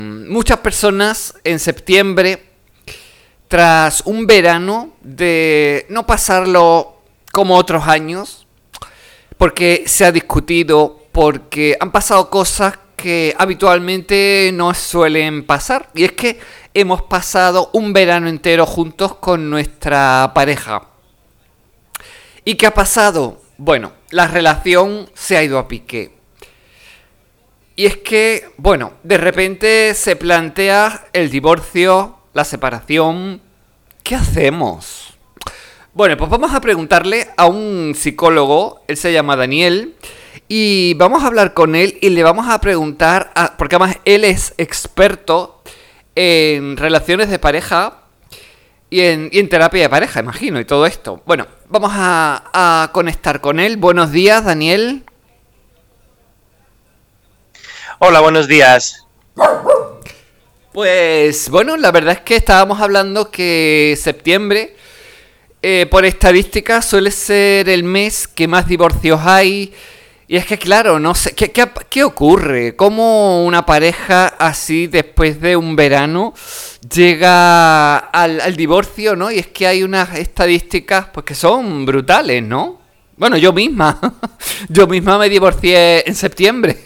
Muchas personas en septiembre, tras un verano de no pasarlo como otros años, porque se ha discutido, porque han pasado cosas que habitualmente no suelen pasar. Y es que hemos pasado un verano entero juntos con nuestra pareja. ¿Y qué ha pasado? Bueno, la relación se ha ido a pique. Y es que, bueno, de repente se plantea el divorcio, la separación. ¿Qué hacemos? Bueno, pues vamos a preguntarle a un psicólogo, él se llama Daniel, y vamos a hablar con él y le vamos a preguntar, porque además él es experto en relaciones de pareja y en terapia de pareja, imagino, y todo esto. Bueno, vamos a conectar con él. Buenos días, Daniel. Hola, buenos días. Pues bueno, la verdad es que estábamos hablando que septiembre, por estadística, suele ser el mes que más divorcios hay. Y es que claro, no sé, ¿qué ocurre? ¿Cómo una pareja así después de un verano llega al divorcio, no? Y es que hay unas estadísticas pues que son brutales, ¿no? Bueno, yo misma, yo misma me divorcié en septiembre.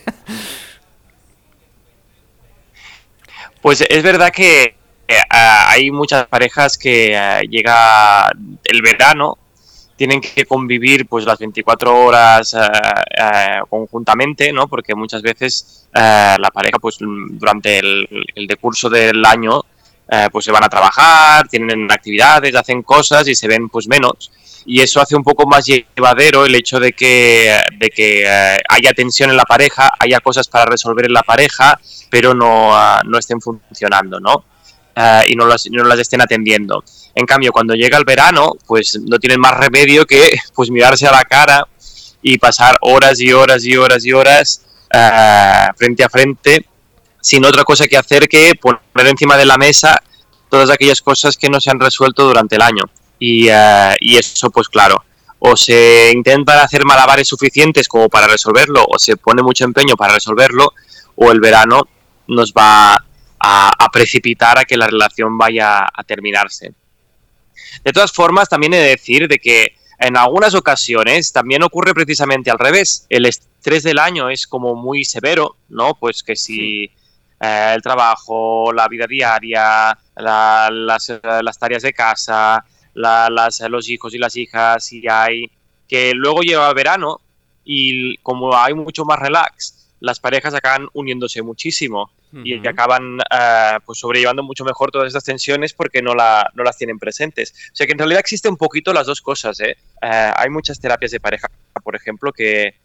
Pues es verdad que hay muchas parejas que llega el verano, tienen que convivir pues las 24 horas conjuntamente, ¿no? Porque muchas veces la pareja pues durante el decurso del año pues se van a trabajar, tienen actividades, hacen cosas y se ven pues menos. Y eso hace un poco más llevadero el hecho de que haya tensión en la pareja, haya cosas para resolver en la pareja, pero no estén funcionando, ¿no? Y no las estén atendiendo. En cambio, cuando llega el verano, pues no tienen más remedio que pues mirarse a la cara y pasar horas y horas y horas y horas frente a frente, sin otra cosa que hacer que poner encima de la mesa todas aquellas cosas que no se han resuelto durante el año. Y eso, pues claro, o se intentan hacer malabares suficientes como para resolverlo, o se pone mucho empeño para resolverlo, o el verano nos va a precipitar a que la relación vaya a terminarse. De todas formas, también he de decir de que en algunas ocasiones también ocurre precisamente al revés. El estrés del año es como muy severo, ¿no? Pues que Sí. si el trabajo, la vida diaria, las tareas de casa, los hijos y las hijas, si hay, que luego llega el verano y como hay mucho más relax, las parejas acaban uniéndose muchísimo y Ujú. acaban pues sobrellevando mucho mejor todas estas tensiones porque no las tienen presentes. O sea que en realidad existe un poquito las dos cosas, ¿eh? Hay muchas terapias de pareja, por ejemplo, que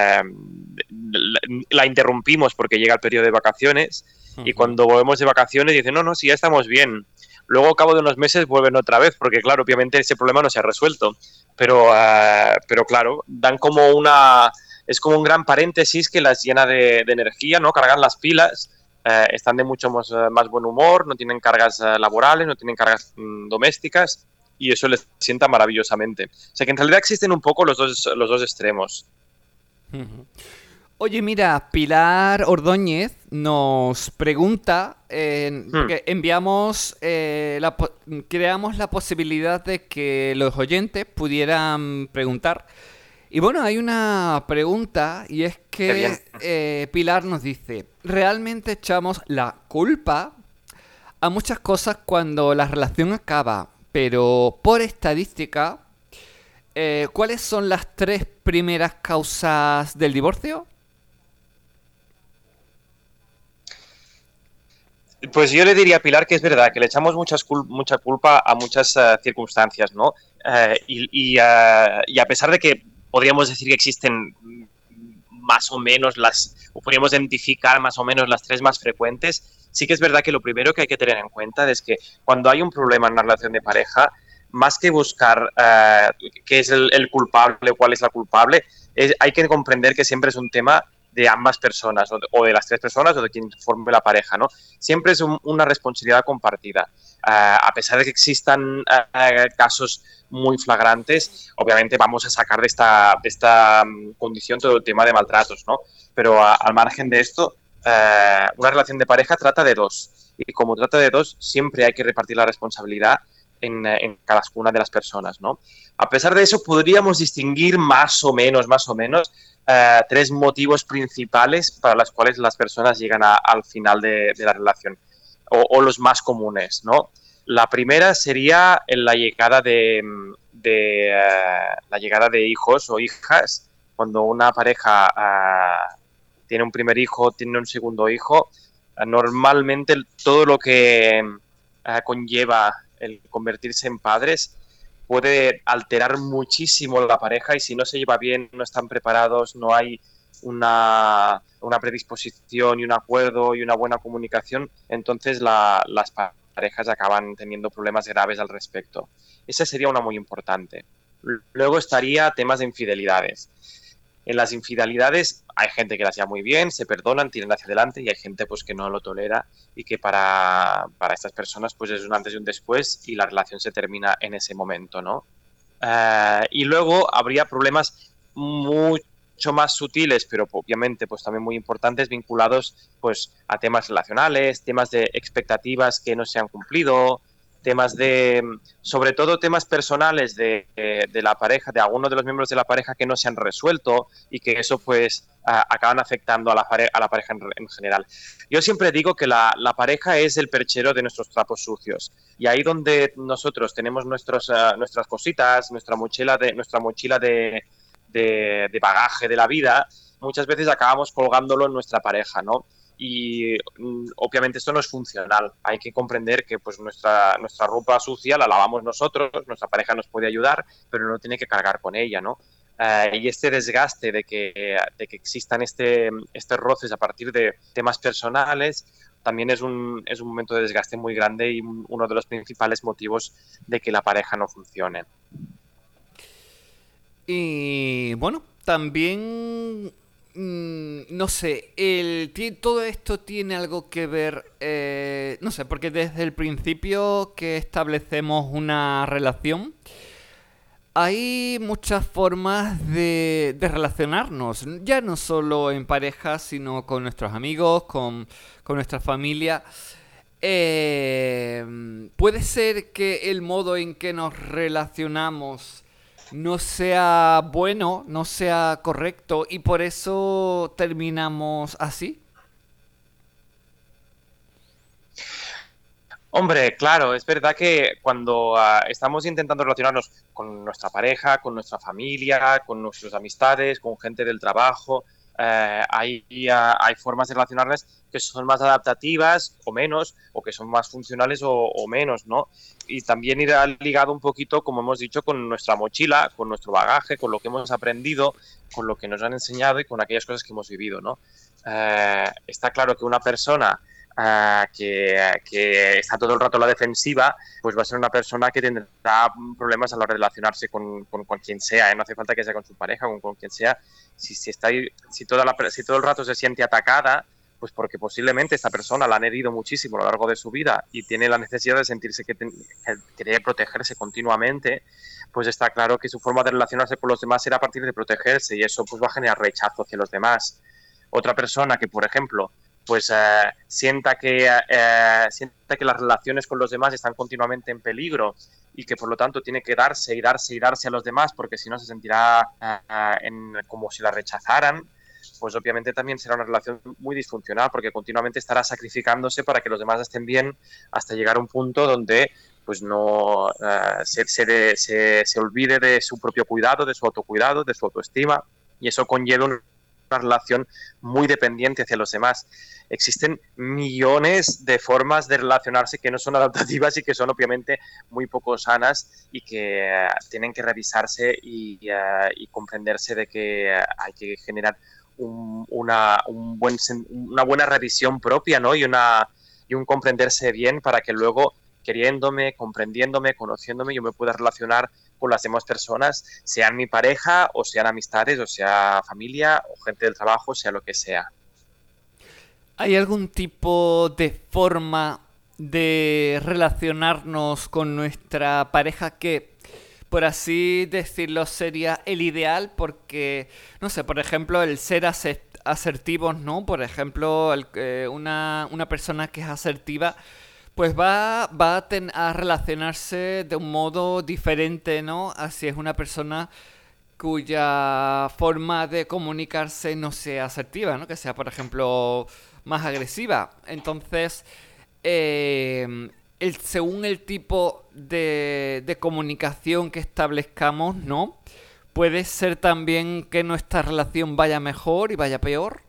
la interrumpimos porque llega el periodo de vacaciones y Ujú. cuando volvemos de vacaciones dicen, no, si ya estamos bien. Luego, al cabo de unos meses, vuelven otra vez porque, claro, obviamente ese problema no se ha resuelto. Pero claro, dan como es como un gran paréntesis que las llena de energía, ¿no? Cargan las pilas, están de mucho más buen humor, no tienen cargas laborales, no tienen cargas domésticas y eso les sienta maravillosamente. O sea que en realidad existen un poco los dos extremos. Ujú. Oye, mira, Pilar Ordóñez nos pregunta, Hmm. porque creamos la posibilidad de que los oyentes pudieran preguntar. Y bueno, hay una pregunta y es Qué bien. que Pilar nos dice, ¿realmente echamos la culpa a muchas cosas cuando la relación acaba? Pero por estadística, ¿cuáles son las tres primeras causas del divorcio? Pues yo le diría a Pilar que es verdad, que le echamos mucha culpa a muchas circunstancias, ¿no? Y a pesar de que podríamos decir que existen más o menos o podríamos identificar más o menos las tres más frecuentes, sí que es verdad que lo primero que hay que tener en cuenta es que cuando hay un problema en una relación de pareja, más que buscar qué es el culpable o cuál es la culpable, hay que comprender que siempre es un tema de ambas personas o de las tres personas o de quien forme la pareja, ¿no? Siempre es una responsabilidad compartida. A pesar de que existan casos muy flagrantes, obviamente vamos a sacar de esta condición todo el tema de maltratos, ¿no? Pero al margen de esto, una relación de pareja trata de dos. Y como trata de dos, siempre hay que repartir la responsabilidad en cada una de las personas, ¿no? A pesar de eso, podríamos distinguir más o menos, tres motivos principales para los cuales las personas llegan al final de la relación, o los más comunes, ¿no? La primera sería la llegada la llegada de hijos o hijas. Cuando una pareja tiene un primer hijo, tiene un segundo hijo, normalmente todo lo que conlleva el convertirse en padres puede alterar muchísimo la pareja, y si no se lleva bien, no están preparados, no hay una predisposición y un acuerdo y una buena comunicación, entonces las parejas acaban teniendo problemas graves al respecto. Esa sería una muy importante. Luego estaría temas de infidelidades. En las infidelidades hay gente que las lleva muy bien, se perdonan, tiran hacia adelante, y hay gente pues que no lo tolera, y que para estas personas pues es un antes y un después, y la relación se termina en ese momento, ¿no? Y luego habría problemas mucho más sutiles, pero obviamente pues también muy importantes, vinculados pues a temas relacionales, temas de expectativas que no se han cumplido, temas sobre todo temas personales de la pareja, de algunos de los miembros de la pareja que no se han resuelto, y que eso pues acaban afectando a la pareja en general. Yo siempre digo que la pareja es el perchero de nuestros trapos sucios, y ahí donde nosotros tenemos nuestras cositas, nuestra mochila de bagaje de la vida, muchas veces acabamos colgándolo en nuestra pareja, ¿no? Y obviamente esto no es funcional. Hay que comprender que pues nuestra ropa sucia la lavamos nosotros, nuestra pareja nos puede ayudar, pero no tiene que cargar con ella, ¿no? Y este desgaste de que existan estos roces a partir de temas personales también es un momento de desgaste muy grande, y uno de los principales motivos de que la pareja no funcione. Y bueno, también, no sé, todo esto tiene algo que ver, no sé, porque desde el principio que establecemos una relación, hay muchas formas de relacionarnos, ya no solo en pareja, sino con nuestros amigos, con nuestra familia. Puede ser que el modo en que nos relacionamos no sea bueno, no sea correcto, y por eso terminamos así. Hombre, claro, es verdad que cuando estamos intentando relacionarnos con nuestra pareja, con nuestra familia, con nuestras amistades, con gente del trabajo, hay formas de relacionarnos que son más adaptativas o menos, o que son más funcionales o menos, ¿no? Y también irá ligado un poquito, como hemos dicho, con nuestra mochila, con nuestro bagaje, con lo que hemos aprendido, con lo que nos han enseñado y con aquellas cosas que hemos vivido, ¿no? Está claro que una persona que está todo el rato a la defensiva, pues va a ser una persona que tendrá problemas a la hora de relacionarse con quien sea, ¿eh? No hace falta que sea con su pareja, con quien sea. Si todo el rato se siente atacada, pues porque posiblemente esta persona la han herido muchísimo a lo largo de su vida y tiene la necesidad de sentirse que debe protegerse continuamente, pues está claro que su forma de relacionarse con los demás será a partir de protegerse, y eso pues va a generar rechazo hacia los demás. Otra persona que, por ejemplo, pues sienta que las relaciones con los demás están continuamente en peligro, y que por lo tanto tiene que darse y darse y darse a los demás, porque si no se sentirá como si la rechazaran, pues obviamente también será una relación muy disfuncional, porque continuamente estará sacrificándose para que los demás estén bien, hasta llegar a un punto donde pues no se olvide de su propio cuidado, de su autocuidado, de su autoestima, y eso conlleva una relación muy dependiente hacia los demás. Existen millones de formas de relacionarse que no son adaptativas y que son obviamente muy poco sanas, y que tienen que revisarse y comprenderse de que hay que generar una buena revisión propia, ¿no? Y un comprenderse bien, para que luego, queriéndome, comprendiéndome, conociéndome, yo me pueda relacionar con las demás personas, sean mi pareja, o sean amistades, o sea familia, o gente del trabajo, sea lo que sea. ¿Hay algún tipo de forma de relacionarnos con nuestra pareja que, por así decirlo, sería el ideal? Porque, no sé, por ejemplo, el ser asertivos, ¿no? Por ejemplo, una persona que es asertiva, pues va a relacionarse de un modo diferente, ¿no? Así es una persona cuya forma de comunicarse no sea asertiva, ¿no? Que sea, por ejemplo, más agresiva. Entonces, según el tipo de comunicación que establezcamos, ¿no? Puede ser también que nuestra relación vaya mejor y vaya peor.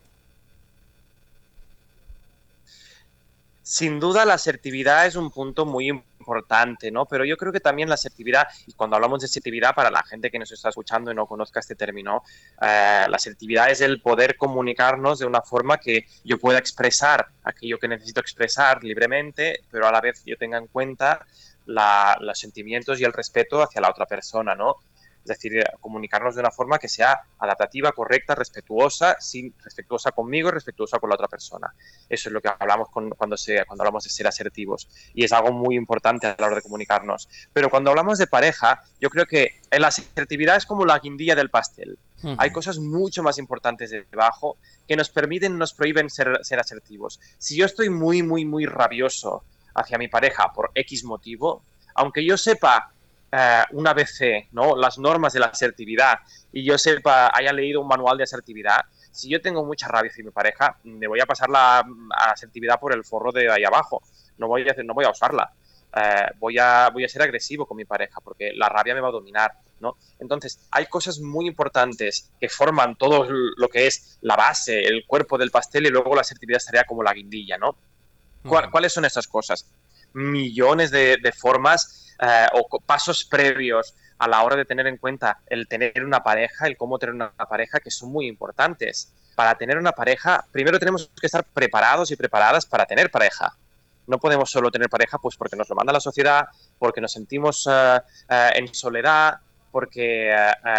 Sin duda, la asertividad es un punto muy importante, ¿no? Pero yo creo que también la asertividad, y cuando hablamos de asertividad, para la gente que nos está escuchando y no conozca este término, la asertividad es el poder comunicarnos de una forma que yo pueda expresar aquello que necesito expresar libremente, pero a la vez yo tenga en cuenta los sentimientos y el respeto hacia la otra persona, ¿no? Es decir, comunicarnos de una forma que sea adaptativa, correcta, respetuosa conmigo y respetuosa con la otra persona. Eso es lo que hablamos cuando hablamos de ser asertivos. Y es algo muy importante a la hora de comunicarnos. Pero cuando hablamos de pareja, yo creo que la asertividad es como la guindilla del pastel. Hay cosas mucho más importantes debajo que nos prohíben ser asertivos. Si yo estoy muy, muy, muy rabioso hacia mi pareja por X motivo, aunque yo sepa un ABC, ¿no? Las normas de la asertividad, y yo haya leído un manual de asertividad, si yo tengo mucha rabia hacia mi pareja, me voy a pasar la asertividad por el forro de ahí abajo. No voy a usarla. Voy a ser agresivo con mi pareja porque la rabia me va a dominar, ¿no? Entonces, hay cosas muy importantes que forman todo lo que es la base, el cuerpo del pastel, y luego la asertividad estaría como la guindilla, ¿no? ¿Cuáles son estas cosas? Millones de formas o pasos previos a la hora de tener en cuenta el tener una pareja, el cómo tener una pareja, que son muy importantes. Para tener una pareja, primero tenemos que estar preparados y preparadas para tener pareja. No podemos solo tener pareja pues porque nos lo manda la sociedad, porque nos sentimos en soledad, porque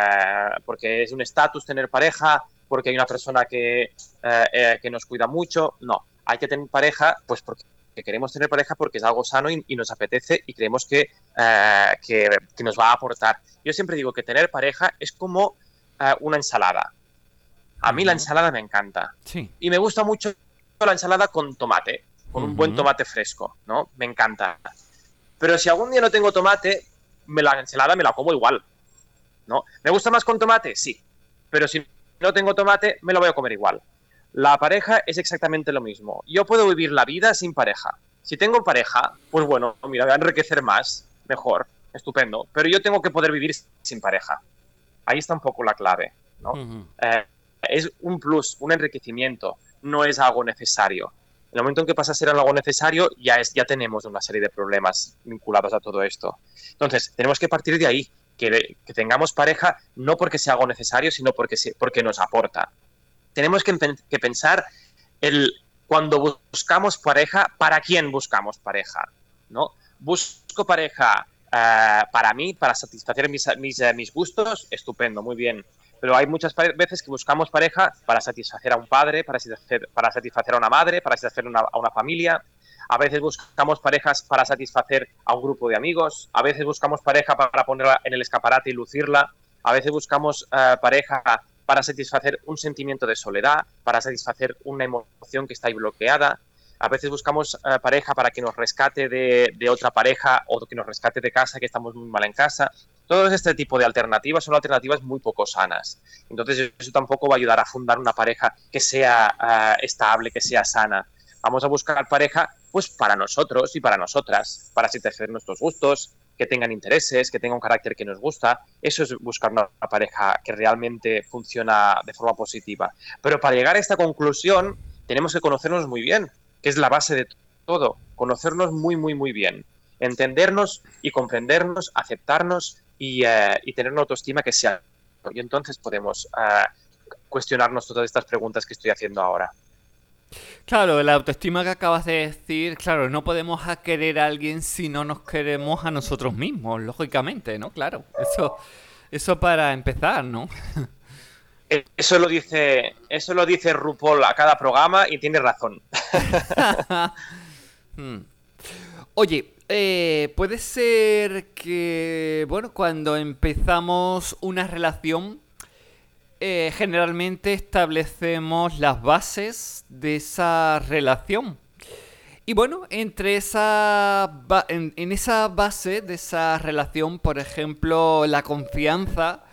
es un estatus tener pareja, porque hay una persona que nos cuida mucho. No, hay que tener pareja pues porque queremos tener pareja, porque es algo sano y nos apetece y creemos que nos va a aportar. Yo siempre digo que tener pareja es como una ensalada. A mí la ensalada me encanta. Sí. Y me gusta mucho la ensalada con tomate, con un buen tomate fresco, ¿no? Me encanta. Pero si algún día no tengo tomate, la ensalada me la como igual, ¿no? ¿Me gusta más con tomate? Sí. Pero si no tengo tomate, me la voy a comer igual. La pareja es exactamente lo mismo. Yo puedo vivir la vida sin pareja. Si tengo pareja, pues bueno, mira, voy a enriquecer más, mejor, estupendo. Pero yo tengo que poder vivir sin pareja. Ahí está un poco la clave, ¿no? Es un plus, un enriquecimiento, no es algo necesario. En el momento en que pasa a ser algo necesario, ya tenemos una serie de problemas vinculados a todo esto. Entonces, tenemos que partir de ahí, que tengamos pareja no porque sea algo necesario, sino porque nos aporta. Tenemos que pensar cuando buscamos pareja, ¿para quién buscamos pareja? ¿No? ¿Busco pareja para mí, para satisfacer mis gustos? Estupendo, muy bien. Pero hay muchas veces que buscamos pareja para satisfacer a un padre, para satisfacer a una madre, para satisfacer a una familia. A veces buscamos parejas para satisfacer a un grupo de amigos. A veces buscamos pareja para ponerla en el escaparate y lucirla. A veces buscamos pareja para satisfacer un sentimiento de soledad, para satisfacer una emoción que está ahí bloqueada. A veces buscamos pareja para que nos rescate de otra pareja o que nos rescate de casa, que estamos muy mal en casa. Todo este tipo de alternativas son alternativas muy poco sanas. Entonces eso tampoco va a ayudar a fundar una pareja que sea estable, que sea sana. Vamos a buscar pareja pues para nosotros y para nosotras, para satisfacer nuestros gustos, que tengan intereses, que tengan un carácter que nos gusta. Eso es buscar una pareja que realmente funciona de forma positiva. Pero para llegar a esta conclusión tenemos que conocernos muy bien, que es la base de todo. Conocernos muy, muy, muy bien. Entendernos y comprendernos, aceptarnos y tener una autoestima que sea. Y entonces podemos cuestionarnos todas estas preguntas que estoy haciendo ahora. Claro, la autoestima que acabas de decir, claro, no podemos querer a alguien si no nos queremos a nosotros mismos, lógicamente, ¿no? Claro, eso para empezar, ¿no? Eso lo dice RuPaul a cada programa y tiene razón. Oye, puede ser que, bueno, cuando empezamos una relación, generalmente establecemos las bases de esa relación. Y bueno, entre en esa base de esa relación, por ejemplo, la confianza,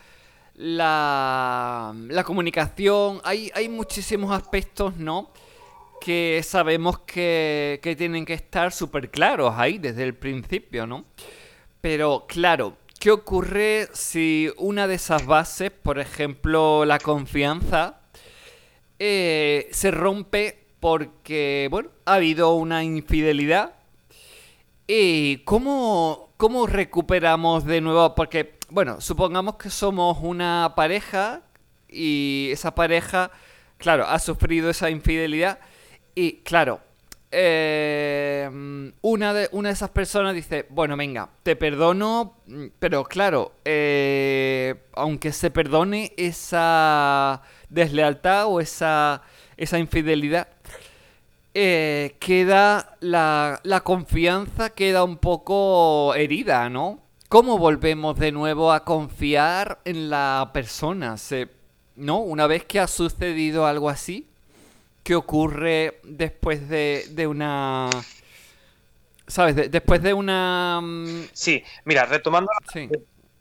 la comunicación, hay muchísimos aspectos, ¿no? Que sabemos que tienen que estar súper claros ahí desde el principio, ¿no? Pero claro, ¿qué ocurre si una de esas bases, por ejemplo, la confianza, se rompe porque, bueno, ha habido una infidelidad? ¿Y cómo recuperamos de nuevo? Porque, bueno, supongamos que somos una pareja y esa pareja, claro, ha sufrido esa infidelidad y, claro, una de esas personas dice, bueno, venga, te perdono, pero claro, aunque se perdone esa deslealtad o esa infidelidad, queda la confianza queda un poco herida, ¿no? ¿Cómo volvemos de nuevo a confiar en la persona? ¿No? Una vez que ha sucedido algo así, ¿qué ocurre después de una... ¿Sabes? Después de una... Sí, mira, retomando... Sí.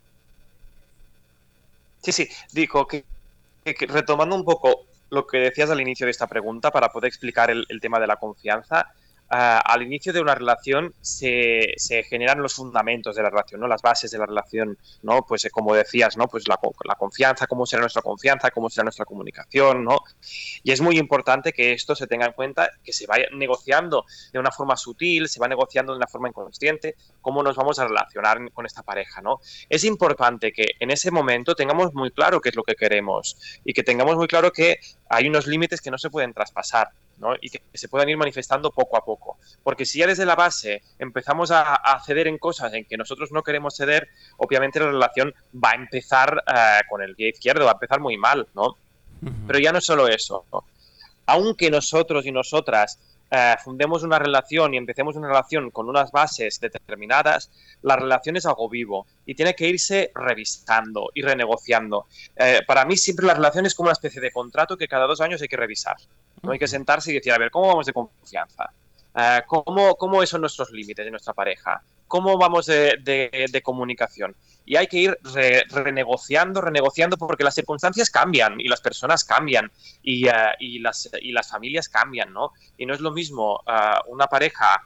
Sí, digo que retomando un poco lo que decías al inicio de esta pregunta para poder explicar el tema de la confianza. Al inicio de una relación se generan los fundamentos de la relación, ¿no? Las bases de la relación, ¿no? Pues como decías, ¿no? Pues la confianza, cómo será nuestra confianza, cómo será nuestra comunicación, ¿no? Y es muy importante que esto se tenga en cuenta, que se vaya negociando de una forma sutil, se va negociando de una forma inconsciente, cómo nos vamos a relacionar con esta pareja, ¿no? Es importante que en ese momento tengamos muy claro qué es lo que queremos y que tengamos muy claro que hay unos límites que no se pueden traspasar, ¿no? Y que se puedan ir manifestando poco a poco. Porque si ya desde la base empezamos a ceder en cosas en que nosotros no queremos ceder, obviamente la relación va a empezar con el pie izquierdo, va a empezar muy mal, ¿no? Pero ya no es solo eso, ¿no? Aunque nosotros y nosotras fundemos una relación y empecemos una relación con unas bases determinadas, la relación es algo vivo y tiene que irse revisando y renegociando. Para mí siempre la relación es como una especie de contrato que cada 2 años hay que revisar, ¿no? Hay que sentarse y decir, a ver, ¿cómo vamos de confianza? ¿Cómo son nuestros límites de nuestra pareja? ¿Cómo vamos de comunicación? Y hay que ir renegociando porque las circunstancias cambian y las personas cambian y las familias cambian, ¿no? Y no es lo mismo una pareja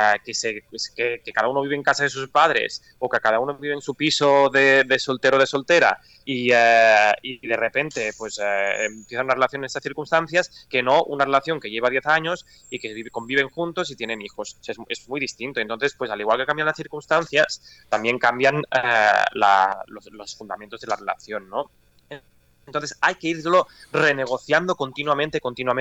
que cada uno vive en casa de sus padres o que cada uno vive en su piso de soltero o de soltera y de repente pues empieza una relación en estas circunstancias, que no una relación que lleva 10 años y que conviven juntos y tienen hijos. O sea, es muy distinto. Entonces, pues al igual que cambian las circunstancias, también cambian los fundamentos de la relación, ¿no? Entonces hay que irlo renegociando continuamente.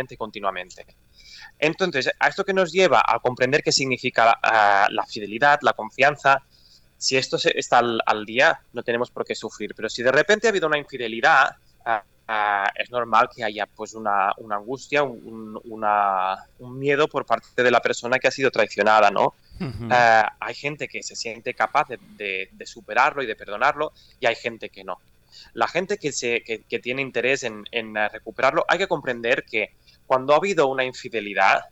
Entonces, a esto que nos lleva a comprender qué significa la fidelidad, la confianza. Si esto está al día, no tenemos por qué sufrir. Pero si de repente ha habido una infidelidad, es normal que haya pues una angustia, un miedo por parte de la persona que ha sido traicionada, ¿no? Uh-huh. Hay gente que se siente capaz de superarlo y de perdonarlo, y hay gente que no. La gente que tiene interés en recuperarlo, hay que comprender que cuando ha habido una infidelidad,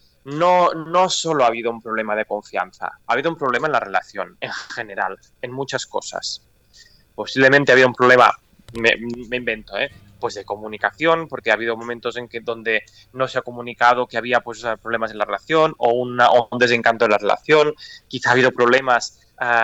no solo ha habido un problema de confianza, ha habido un problema en la relación, en general, en muchas cosas. Posiblemente ha habido un problema, me invento, pues de comunicación, porque ha habido momentos donde no se ha comunicado que había pues problemas en la relación o un desencanto en la relación. Quizá ha habido problemas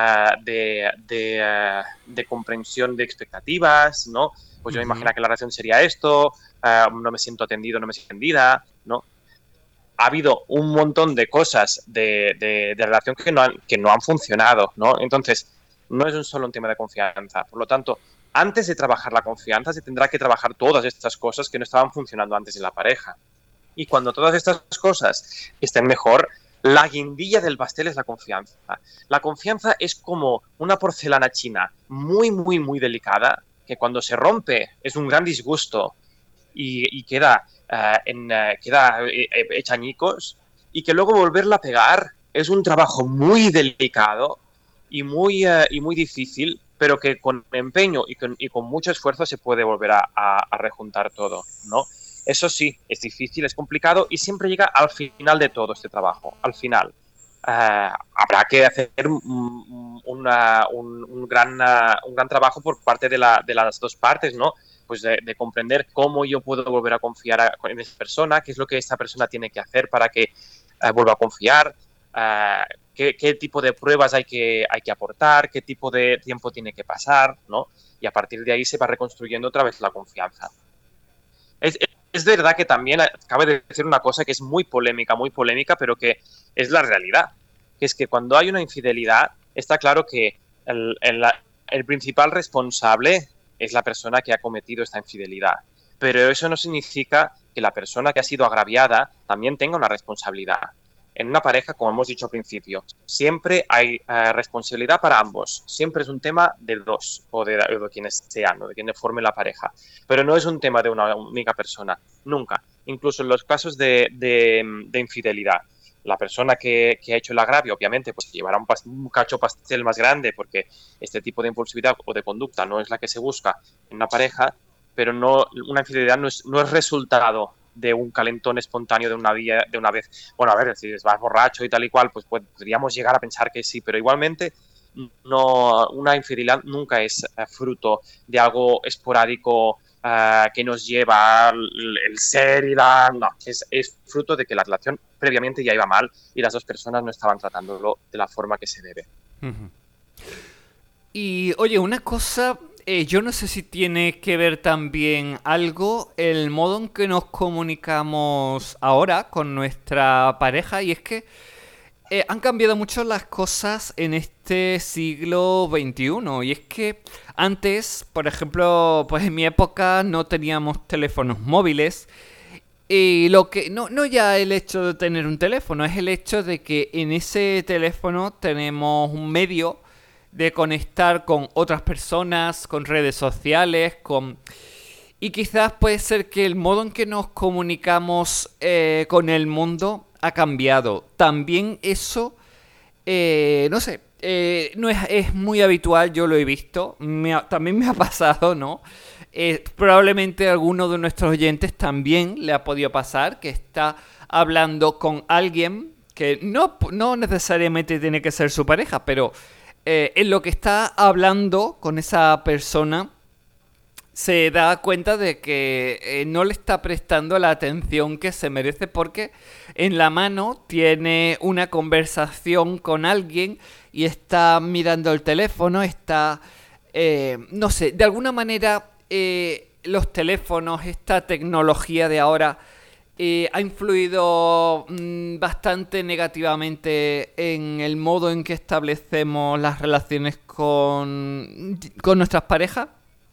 de comprensión de expectativas, ¿no? Pues yo me imagino que la relación sería esto, no me siento atendido, no me siento atendida, ¿no? Ha habido un montón de cosas de relación que no han funcionado, ¿no? Entonces, no es solo un tema de confianza. Por lo tanto, antes de trabajar la confianza, se tendrá que trabajar todas estas cosas que no estaban funcionando antes en la pareja. Y cuando todas estas cosas estén mejor, la guindilla del pastel es la confianza. La confianza es como una porcelana china muy, muy, muy delicada, que cuando se rompe es un gran disgusto y queda hecha añicos, y que luego volverla a pegar es un trabajo muy delicado y muy difícil, pero que con empeño y con mucho esfuerzo se puede volver a rejuntar todo, ¿no? Eso sí, es difícil, es complicado y siempre llega al final de todo este trabajo, al final. Habrá que hacer un gran trabajo por parte de las dos partes, ¿no? Pues de comprender cómo yo puedo volver a confiar en esa persona, qué es lo que esta persona tiene que hacer para que vuelva a confiar, qué tipo de pruebas hay que aportar, qué tipo de tiempo tiene que pasar, ¿no? Y a partir de ahí se va reconstruyendo otra vez la confianza. Es verdad que también acaba de decir una cosa que es muy polémica, pero que es la realidad. Que es que cuando hay una infidelidad, está claro que el principal responsable es la persona que ha cometido esta infidelidad. Pero eso no significa que la persona que ha sido agraviada también tenga una responsabilidad. En una pareja, como hemos dicho al principio, siempre hay responsabilidad para ambos. Siempre es un tema de dos o de quienes sean o de quienes formen la pareja. Pero no es un tema de una única persona, nunca. Incluso en los casos de infidelidad. La persona que ha hecho el agravio, obviamente, pues llevará un cacho pastel más grande porque este tipo de impulsividad o de conducta no es la que se busca en una pareja, pero no, una infidelidad no es resultado de un calentón espontáneo de una vez. Bueno, a ver, si vas borracho y tal y cual, pues podríamos llegar a pensar que sí, pero igualmente no, una infidelidad nunca es fruto de algo esporádico que nos lleva el ser y la... No, es fruto de que la relación previamente ya iba mal y las dos personas no estaban tratándolo de la forma que se debe. Uh-huh. Y oye, una cosa, yo no sé si tiene que ver también algo el modo en que nos comunicamos ahora con nuestra pareja, y es que han cambiado mucho las cosas en este siglo XXI. Y es que antes, por ejemplo, pues en mi época no teníamos teléfonos móviles. Y lo que no ya el hecho de tener un teléfono, es el hecho de que en ese teléfono tenemos un medio de conectar con otras personas, con redes sociales, y quizás puede ser que el modo en que nos comunicamos con el mundo ha cambiado. También eso, no sé, no es muy habitual, yo lo he visto, también me ha pasado, ¿no? Probablemente a alguno de nuestros oyentes también le ha podido pasar que está hablando con alguien que no necesariamente tiene que ser su pareja, pero en lo que está hablando con esa persona se da cuenta de que no le está prestando la atención que se merece, porque en la mano tiene una conversación con alguien y está mirando el teléfono, está... no sé, de alguna manera los teléfonos, esta tecnología de ahora ha influido bastante negativamente en el modo en que establecemos las relaciones con nuestras parejas.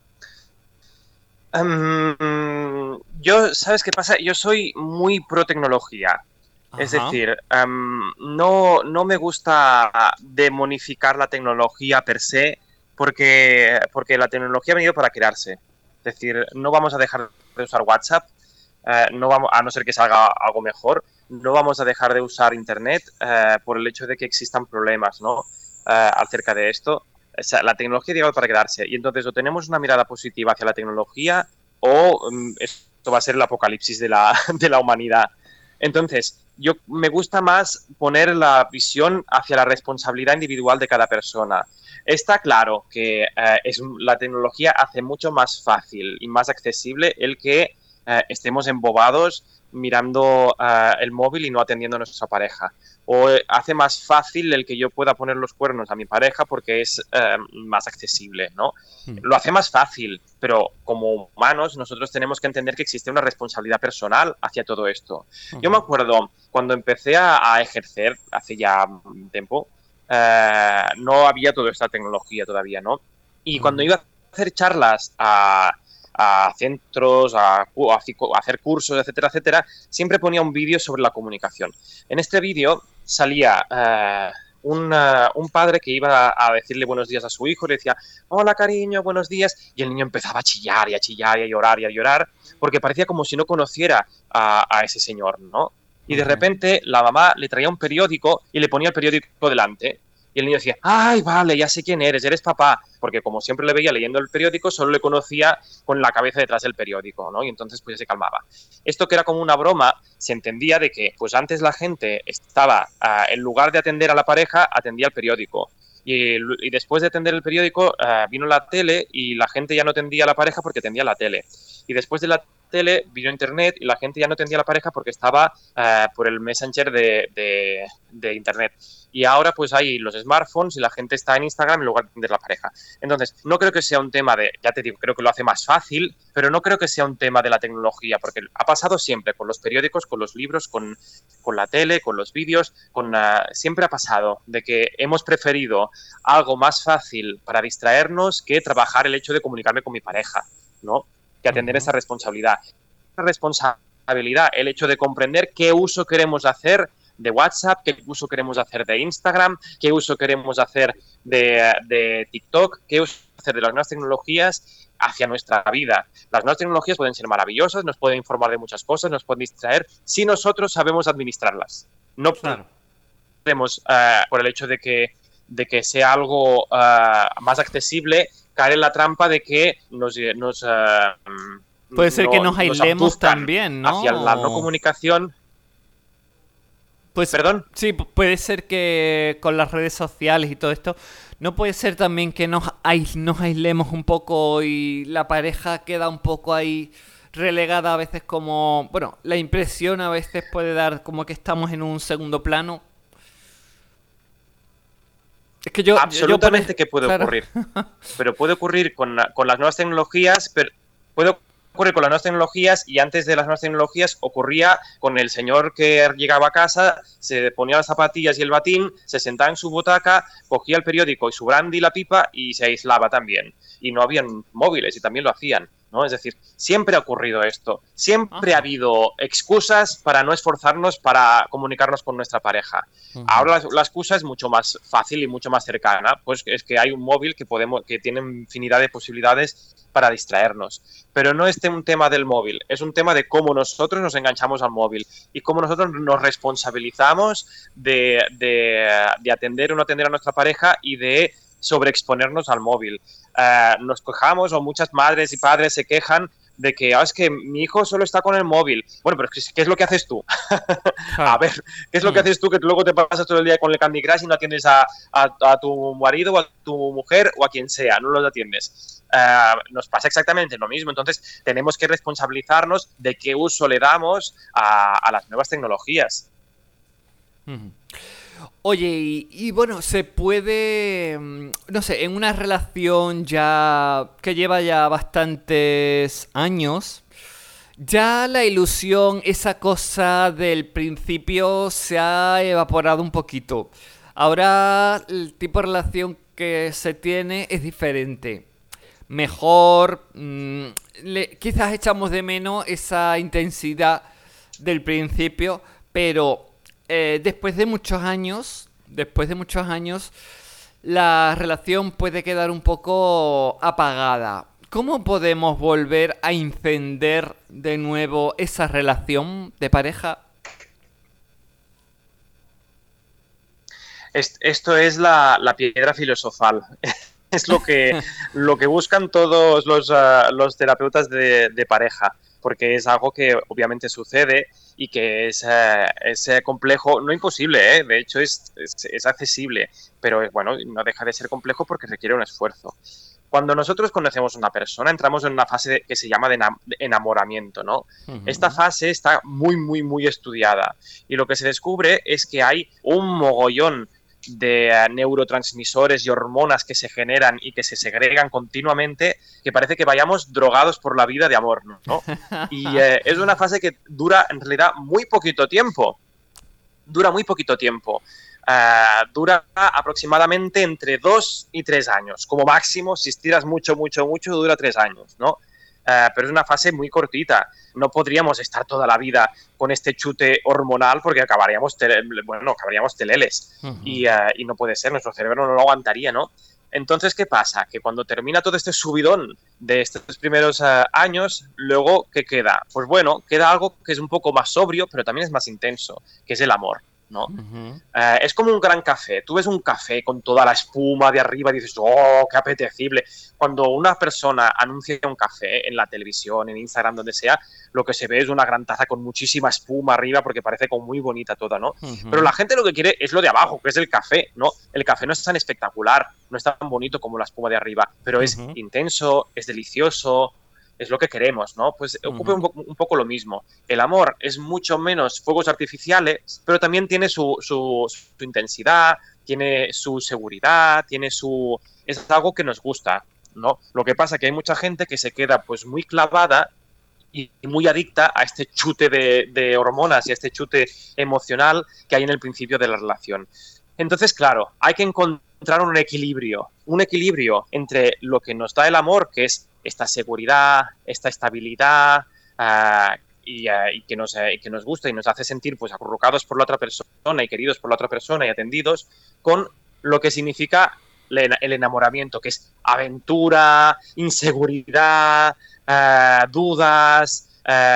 Yo, ¿sabes qué pasa? Yo soy muy pro tecnología. Ajá. Es decir, no me gusta demonificar la tecnología per se, porque la tecnología ha venido para quedarse. Es decir, no vamos a dejar de usar WhatsApp, no vamos, a no ser que salga algo mejor, no vamos a dejar de usar Internet por el hecho de que existan problemas, ¿no? Acerca de esto. O sea, la tecnología ha llegado para quedarse, y entonces o tenemos una mirada positiva hacia la tecnología o esto va a ser el apocalipsis de la humanidad. Entonces, me gusta más poner la visión hacia la responsabilidad individual de cada persona. Está claro que la tecnología hace mucho más fácil y más accesible el que estemos embobados mirando el móvil y no atendiendo a nuestra pareja. O hace más fácil el que yo pueda poner los cuernos a mi pareja porque es más accesible, ¿no? Lo hace más fácil, pero como humanos nosotros tenemos que entender que existe una responsabilidad personal hacia todo esto. Yo me acuerdo cuando empecé a ejercer hace ya un tiempo, no había toda esta tecnología todavía, ¿no? Y cuando iba a hacer charlas a centros, a hacer cursos, etcétera, etcétera, siempre ponía un vídeo sobre la comunicación. En este vídeo salía un padre que iba a decirle buenos días a su hijo, le decía, hola cariño, buenos días, y el niño empezaba a chillar y a chillar y a llorar, porque parecía como si no conociera a ese señor, ¿no? Y de repente la mamá le traía un periódico y le ponía el periódico delante. Y el niño decía, ay, vale, ya sé quién eres papá, porque como siempre le veía leyendo el periódico, solo le conocía con la cabeza detrás del periódico, ¿no? Y entonces pues ya se calmaba. Esto que era como una broma, se entendía de que pues antes la gente estaba, en lugar de atender a la pareja, atendía al periódico. Y después de atender el periódico, vino la tele y la gente ya no atendía a la pareja porque atendía la tele. Y después de la tele vino internet y la gente ya no atendía a la pareja porque estaba por el messenger de internet. Y ahora pues hay los smartphones y la gente está en Instagram en lugar de atender a la pareja. Entonces, no creo que sea un tema de, ya te digo, creo que lo hace más fácil, pero no creo que sea un tema de la tecnología, porque ha pasado siempre con los periódicos, con los libros, con la tele, con los vídeos, siempre ha pasado de que hemos preferido algo más fácil para distraernos que trabajar el hecho de comunicarme con mi pareja, ¿no? Que atender esa responsabilidad. Esa responsabilidad, el hecho de comprender qué uso queremos hacer de WhatsApp, qué uso queremos hacer de Instagram, qué uso queremos hacer de TikTok, qué uso hacer de las nuevas tecnologías hacia nuestra vida. Las nuevas tecnologías pueden ser maravillosas, nos pueden informar de muchas cosas, nos pueden distraer, si nosotros sabemos administrarlas. No podemos, por el hecho de que sea algo más accesible, caer en la trampa de que puede ser que nos aislemos también, ¿no? Hacia la no comunicación. Pues, ¿Perdón? Sí, puede ser que con las redes sociales y todo esto, no puede ser también que nos aislemos un poco y la pareja queda un poco ahí relegada a veces como... Bueno, la impresión a veces puede dar como que estamos en un segundo plano. Es que absolutamente que puede ocurrir. Pero puede ocurrir con las nuevas tecnologías, pero puede ocurrir con las nuevas tecnologías y antes de las nuevas tecnologías ocurría con el señor que llegaba a casa, se ponía las zapatillas y el batín, se sentaba en su butaca, cogía el periódico y su brandy y la pipa y se aislaba también. Y no habían móviles y también lo hacían, ¿no? Es decir, siempre ha ocurrido esto. Siempre ha habido excusas para no esforzarnos para comunicarnos con nuestra pareja. Ahora la excusa es mucho más fácil y mucho más cercana, pues es que hay un móvil que tiene infinidad de posibilidades para distraernos. Pero no es un tema del móvil, es un tema de cómo nosotros nos enganchamos al móvil y cómo nosotros nos responsabilizamos de atender o no atender a nuestra pareja y de sobreexponernos al móvil. Nos quejamos, o muchas madres y padres se quejan de que es que mi hijo solo está con el móvil. Bueno, pero ¿qué es lo que haces tú? A ver, ¿qué es lo que haces tú que luego te pasas todo el día con el Candy Crush y no atiendes a tu marido o a tu mujer o a quien sea? No los atiendes. Nos pasa exactamente lo mismo. Entonces, tenemos que responsabilizarnos de qué uso le damos a las nuevas tecnologías. Oye, y bueno, se puede, no sé, en una relación ya que lleva ya bastantes años, ya la ilusión, esa cosa del principio se ha evaporado un poquito. Ahora el tipo de relación que se tiene es diferente. Mejor, quizás echamos de menos esa intensidad del principio, pero... después de muchos años, la relación puede quedar un poco apagada. ¿Cómo podemos volver a encender de nuevo esa relación de pareja? Esto es la piedra filosofal. Es lo que buscan todos los terapeutas de pareja, porque es algo que obviamente sucede y que es complejo, no imposible, de hecho es accesible, pero bueno, no deja de ser complejo porque requiere un esfuerzo. Cuando nosotros conocemos a una persona, entramos en una fase que se llama de enamoramiento, ¿no? Esta fase está muy, muy, muy estudiada y lo que se descubre es que hay un mogollón de neurotransmisores y hormonas que se generan y que se segregan continuamente, que parece que vayamos drogados por la vida de amor, ¿no? Y es una fase que dura en realidad muy poquito tiempo. Dura muy poquito tiempo. Dura aproximadamente entre 2 y 3 años. Como máximo, si estiras mucho, mucho, mucho, dura 3 años, ¿no? Pero es una fase muy cortita. No podríamos estar toda la vida con este chute hormonal porque acabaríamos teleles. Y no puede ser, nuestro cerebro no lo aguantaría, ¿no? Entonces, ¿qué pasa? Que cuando termina todo este subidón de estos primeros años, luego, ¿qué queda? Pues bueno, queda algo que es un poco más sobrio, pero también es más intenso, que es el amor. ¿no? Ujú. Es como un gran café. Tú ves un café con toda la espuma de arriba y dices, ¡oh, qué apetecible! Cuando una persona anuncia un café en la televisión, en Instagram, donde sea, lo que se ve es una gran taza con muchísima espuma arriba porque parece como muy bonita toda, ¿no? Pero la Ujú. gente lo que quiere es lo de abajo, que es el café, ¿no? El café no es tan espectacular, no es tan bonito como la espuma de arriba, pero es Ujú. intenso, es delicioso, es lo que queremos, ¿no? Pues ocupa Ujú. un poco lo mismo. El amor es mucho menos fuegos artificiales, pero también tiene su intensidad, tiene su seguridad, tiene su... Es algo que nos gusta, ¿no? Lo que pasa es que hay mucha gente que se queda pues muy clavada y muy adicta a este chute de hormonas y a este chute emocional que hay en el principio de la relación. Entonces, claro, hay que encontrar un equilibrio entre lo que nos da el amor, que es esta seguridad, esta estabilidad, y que nos gusta y nos hace sentir pues acurrucados por la otra persona y queridos por la otra persona y atendidos, con lo que significa el enamoramiento, que es aventura, inseguridad, dudas,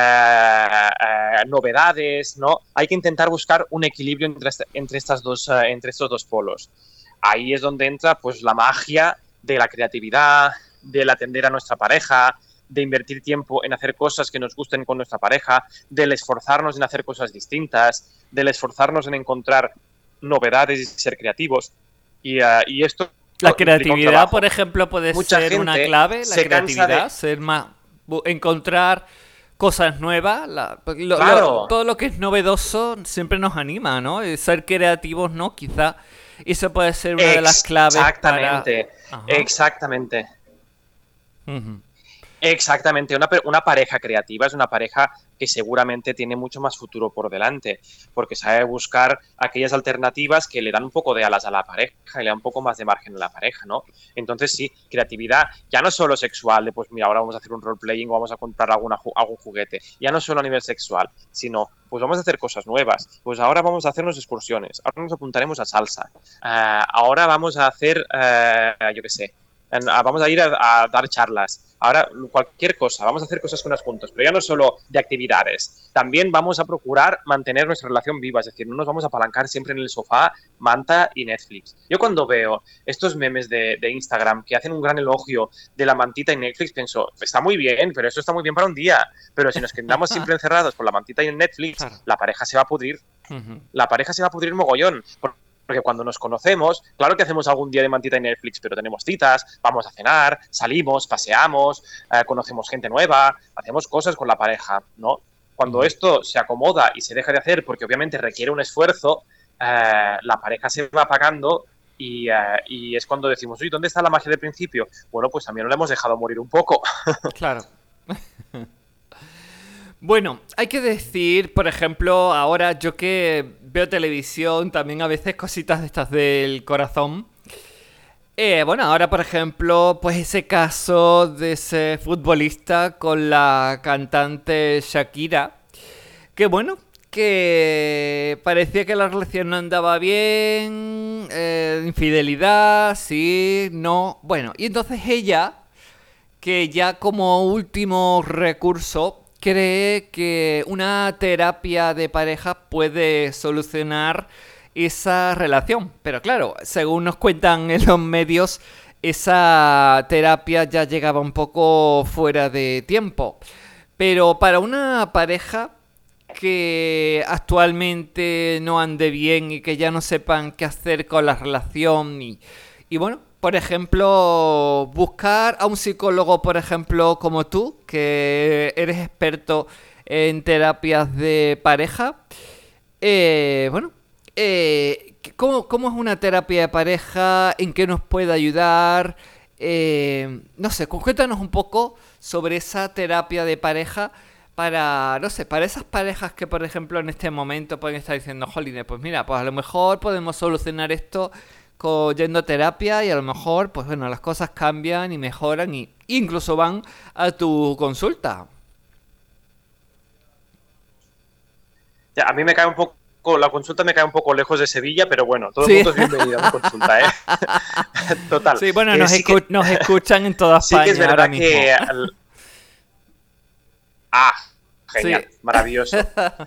novedades, ¿no? Hay que intentar buscar un equilibrio entre estos dos polos. Ahí es donde entra pues la magia de la creatividad, del atender a nuestra pareja, de invertir tiempo en hacer cosas que nos gusten con nuestra pareja, del esforzarnos en hacer cosas distintas, del esforzarnos en encontrar novedades y ser creativos. Y esto La implica un creatividad, por trabajo. ejemplo, puede Mucha ser una gente clave, la se cansa creatividad, de... ser más, encontrar cosas nuevas, Claro, todo lo que es novedoso siempre nos anima, ¿no? Ser creativos, ¿no? Quizá eso puede ser una de las claves para... exactamente, Ajá. exactamente. Ujú. Exactamente, una pareja creativa es una pareja que seguramente tiene mucho más futuro por delante, porque sabe buscar aquellas alternativas que le dan un poco de alas a la pareja y le dan un poco más de margen a la pareja, ¿no? Entonces sí, creatividad ya no solo sexual, de pues mira, ahora vamos a hacer un role-playing o vamos a comprar algún juguete, ya no solo a nivel sexual, sino pues vamos a hacer cosas nuevas, pues ahora vamos a hacernos excursiones, ahora nos apuntaremos a salsa, ahora vamos a hacer, yo qué sé, vamos a ir a dar charlas. Ahora, cualquier cosa, vamos a hacer cosas con juntos, pero ya no solo de actividades. También vamos a procurar mantener nuestra relación viva, es decir, no nos vamos a apalancar siempre en el sofá, manta y Netflix. Yo cuando veo estos memes de Instagram que hacen un gran elogio de la mantita y Netflix, pienso, está muy bien, pero eso está muy bien para un día. Pero si nos quedamos siempre encerrados por la mantita y el Claro. Netflix, la pareja se va a pudrir. Ujú. La pareja se va a pudrir mogollón. Porque cuando nos conocemos, claro que hacemos algún día de mantita en Netflix, pero tenemos citas, vamos a cenar, salimos, paseamos, conocemos gente nueva, hacemos cosas con la pareja, ¿no? Cuando Ujú. esto se acomoda y se deja de hacer, porque obviamente requiere un esfuerzo, la pareja se va apagando y es cuando decimos, uy, ¿dónde está la magia del principio? Bueno, pues también lo hemos dejado morir un poco. Claro. Bueno, hay que decir, por ejemplo, ahora yo que veo televisión, también a veces cositas de estas del corazón. Bueno, ahora por ejemplo, pues ese caso de ese futbolista con la cantante Shakira, que bueno, que parecía que la relación no andaba bien, infidelidad, sí, no, bueno, y entonces ella, que ya como último recurso, cree que una terapia de pareja puede solucionar esa relación. Pero claro, según nos cuentan en los medios, esa terapia ya llegaba un poco fuera de tiempo. Pero para una pareja que actualmente no ande bien y que ya no sepan qué hacer con la relación y bueno, por ejemplo, buscar a un psicólogo, por ejemplo, como tú, que eres experto en terapias de pareja. Bueno, ¿cómo es una terapia de pareja? ¿En qué nos puede ayudar? No sé, cuéntanos un poco sobre esa terapia de pareja para, no sé, para esas parejas que, por ejemplo, en este momento pueden estar diciendo, jolines, pues mira, pues a lo mejor podemos solucionar esto yendo a terapia y a lo mejor, pues bueno, las cosas cambian y mejoran y incluso van a tu consulta. Ya, a mí me cae un poco, la consulta me cae un poco lejos de Sevilla, pero bueno, todo el Sí, mundo es bienvenido a mi consulta, ¿eh? Total. sí, bueno, Sí que, nos escuchan en toda sí que es España ahora verdad mismo. que... Ah, Sí, genial, maravilloso.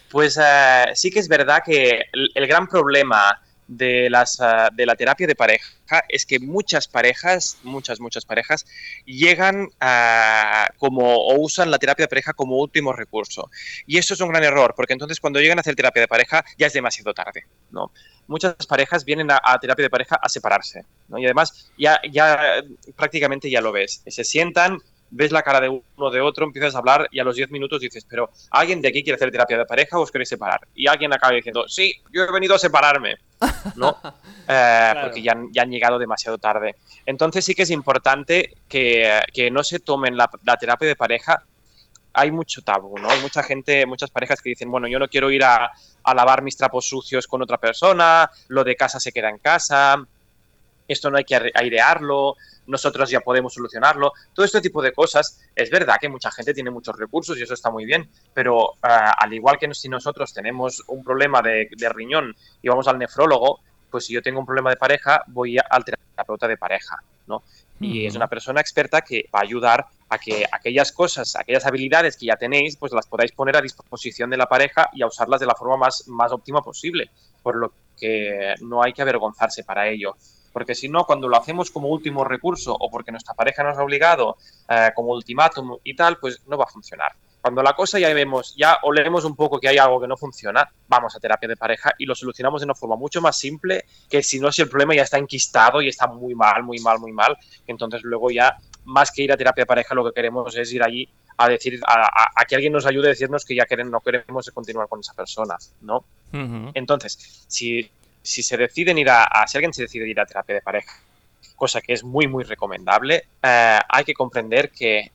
Pues sí que es verdad que el gran problema de la terapia de pareja es que muchas parejas, muchas parejas, llegan como o usan la terapia de pareja como último recurso. Y eso es un gran error, porque entonces cuando llegan a hacer terapia de pareja ya es demasiado tarde, ¿no? Muchas parejas vienen a terapia de pareja a separarse, ¿no? Y además ya prácticamente ya lo ves. Se sientan, ves la cara de uno de otro, empiezas a hablar y a los 10 minutos dices, pero ¿alguien de aquí quiere hacer terapia de pareja o os queréis separar? Y alguien acaba diciendo, sí, yo he venido a separarme, ¿no? Claro. Porque ya han llegado demasiado tarde. Entonces sí que es importante que no se tomen la terapia de pareja. Hay mucho tabú, ¿no? Hay mucha gente, muchas parejas que dicen, bueno, yo no quiero ir a lavar mis trapos sucios con otra persona, lo de casa se queda en casa, esto no hay que airearlo, nosotros ya podemos solucionarlo. Todo este tipo de cosas, es verdad que mucha gente tiene muchos recursos y eso está muy bien, pero al igual que si nosotros tenemos un problema de riñón y vamos al nefrólogo, pues si yo tengo un problema de pareja, voy al terapeuta de pareja, ¿no? Y es una persona experta que va a ayudar a que aquellas cosas, aquellas habilidades que ya tenéis, pues las podáis poner a disposición de la pareja y a usarlas de la forma más óptima posible, por lo que no hay que avergonzarse para ello. Porque si no, cuando lo hacemos como último recurso o porque nuestra pareja nos ha obligado como ultimátum y tal, pues no va a funcionar. Cuando la cosa ya olemos un poco que hay algo que no funciona, vamos a terapia de pareja y lo solucionamos de una forma mucho más simple que si no, si el problema ya está enquistado y está muy mal, entonces luego ya, más que ir a terapia de pareja, lo que queremos es ir allí a decir, a que alguien nos ayude a decirnos que ya no queremos continuar con esa persona, ¿no? Entonces, si se deciden si alguien se decide ir a terapia de pareja, cosa que es muy recomendable, hay que comprender que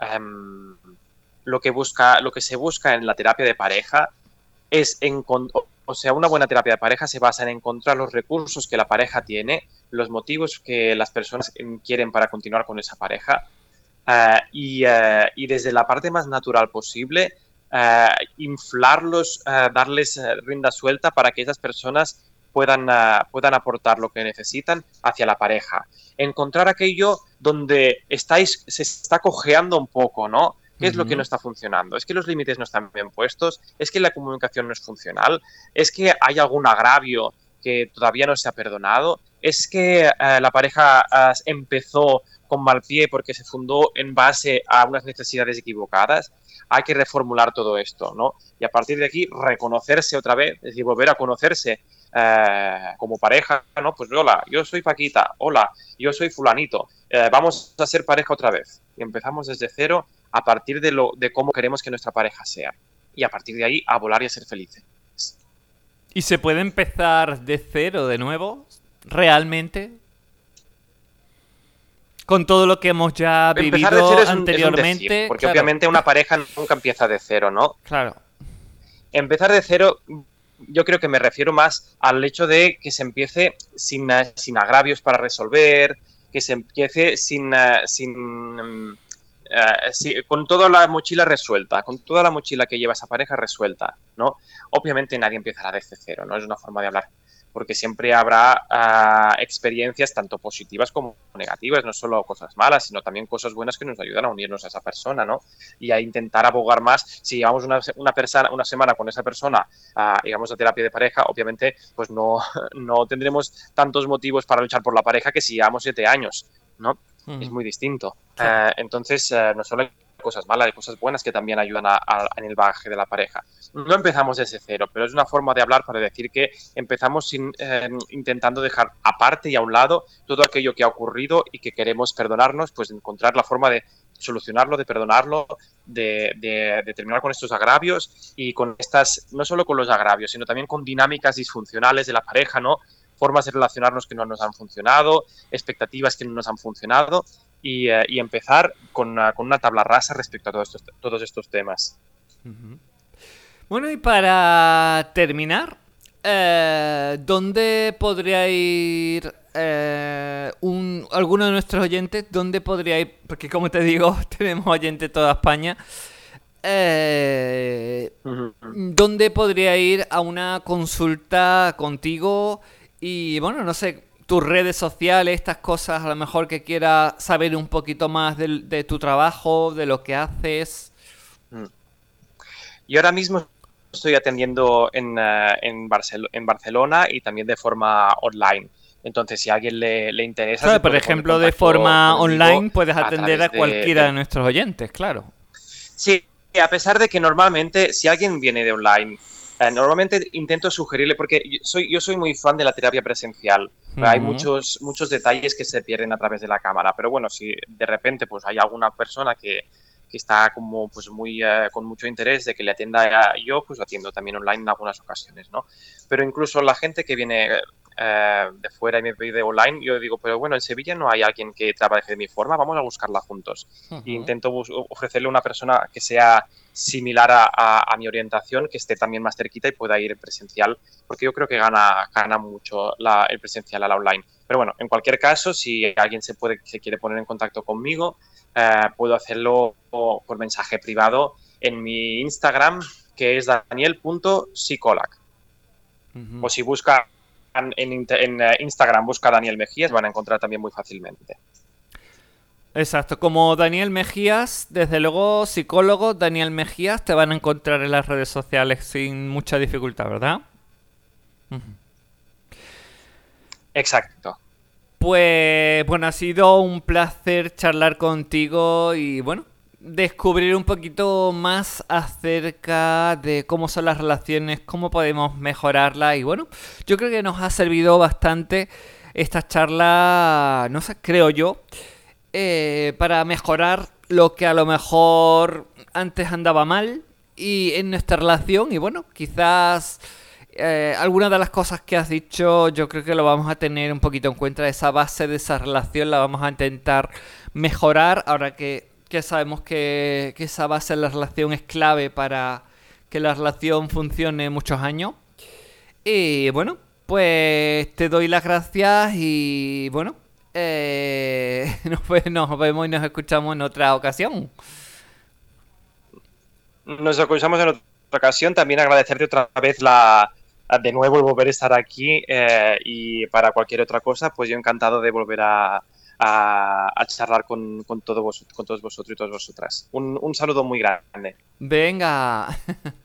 lo que se busca en la terapia de pareja es una buena terapia de pareja se basa en encontrar los recursos que la pareja tiene, los motivos que las personas quieren para continuar con esa pareja, y desde la parte más natural posible, inflarlos, darles rienda suelta para que esas personas puedan aportar lo que necesitan hacia la pareja. Encontrar aquello donde se está cojeando un poco, ¿no? ¿Qué es lo que no está funcionando? ¿Es que los límites no están bien puestos? ¿Es que la comunicación no es funcional? ¿Es que hay algún agravio que todavía no se ha perdonado? ¿Es que la pareja empezó con mal pie porque se fundó en base a unas necesidades equivocadas? Hay que reformular todo esto, ¿no? Y a partir de aquí, reconocerse otra vez, es decir, volver a conocerse como pareja, ¿no? Pues hola, yo soy Paquita, hola, yo soy fulanito, vamos a ser pareja otra vez. Y empezamos desde cero a partir de cómo queremos que nuestra pareja sea. Y a partir de ahí, a volar y a ser felices. ¿Y se puede empezar de cero de nuevo? ¿Realmente? Con todo lo que hemos ya Empezar vivido de cero anteriormente. es un decir, porque claro, obviamente una pareja nunca empieza de cero, ¿no? Claro. Empezar de cero, yo creo que me refiero más al hecho de que se empiece sin agravios para resolver, que se empiece con toda la mochila resuelta, con toda la mochila que lleva esa pareja resuelta, ¿no? Obviamente nadie empezará desde cero, ¿no? Es una forma de hablar, porque siempre habrá experiencias tanto positivas como negativas, no solo cosas malas, sino también cosas buenas que nos ayudan a unirnos a esa persona, ¿no? Y a intentar abogar más. Si llevamos una semana con esa persona, digamos, a terapia de pareja, obviamente pues no tendremos tantos motivos para luchar por la pareja que si llevamos 7 años, ¿no? Es muy distinto. Claro. Entonces, no solo hay cosas malas, hay cosas buenas que también ayudan en el bagaje de la pareja. No empezamos desde cero, pero es una forma de hablar para decir que empezamos intentando dejar aparte y a un lado todo aquello que ha ocurrido y que queremos perdonarnos, pues encontrar la forma de solucionarlo, de perdonarlo, de terminar con estos agravios y con no solo con los agravios, sino también con dinámicas disfuncionales de la pareja, ¿no? Formas de relacionarnos que no nos han funcionado, expectativas que no nos han funcionado y empezar con una tabla rasa respecto a todos estos temas. Bueno, y para terminar, ¿dónde podría ir alguno de nuestros oyentes? ¿Dónde podría ir? Porque como te digo, tenemos oyentes de toda España. ¿Dónde podría ir a una consulta contigo? Y bueno, no sé, tus redes sociales, estas cosas, a lo mejor que quiera saber un poquito más de tu trabajo, de lo que haces. Y ahora mismo estoy atendiendo en Barcelona y también de forma online. Entonces, si a alguien le interesa... Claro, se por puede poner en ejemplo, de contacto forma conmigo online puedes a atender a través cualquiera de nuestros oyentes, claro. Sí, a pesar de que normalmente, si alguien viene de online, normalmente intento sugerirle, porque yo soy muy fan de la terapia presencial. Hay Ujú. muchos detalles que se pierden a través de la cámara, pero bueno, si de repente pues hay alguna persona que está como pues muy con mucho interés de que le atienda yo, pues lo atiendo también online en algunas ocasiones, ¿no? Pero incluso la gente que viene de fuera y me pide online, yo digo, pero bueno, en Sevilla no hay alguien que trabaje de mi forma, vamos a buscarla juntos. E Ujú. intento ofrecerle una persona que sea similar a mi orientación, que esté también más cerquita y pueda ir presencial, porque yo creo que gana mucho el presencial a la online. Pero bueno, en cualquier caso, si alguien se quiere poner en contacto conmigo, puedo hacerlo por mensaje privado en mi Instagram, que es daniel.psicolac. Ujú. O si busca en Instagram, busca Daniel Mejías, van a encontrar también muy fácilmente. Exacto, como Daniel Mejías, desde luego psicólogo Daniel Mejías te van a encontrar en las redes sociales sin mucha dificultad, ¿verdad? Ujú. Exacto. Pues bueno, ha sido un placer charlar contigo y bueno, descubrir un poquito más acerca de cómo son las relaciones, cómo podemos mejorarlas y bueno, yo creo que nos ha servido bastante esta charla, no sé, creo yo, para mejorar lo que a lo mejor antes andaba mal y en nuestra relación y bueno, quizás algunas de las cosas que has dicho yo creo que lo vamos a tener un poquito en cuenta. Esa base de esa relación la vamos a intentar mejorar ahora que sabemos que esa base de la relación es clave para que la relación funcione muchos años. Y bueno, pues te doy las gracias y bueno, nos vemos y nos escuchamos en otra ocasión. Nos escuchamos en otra ocasión. También agradecerte otra vez de nuevo el volver a estar aquí y para cualquier otra cosa, pues yo encantado de volver a charlar con todos vosotros y todas vosotras. Un saludo muy grande. Venga.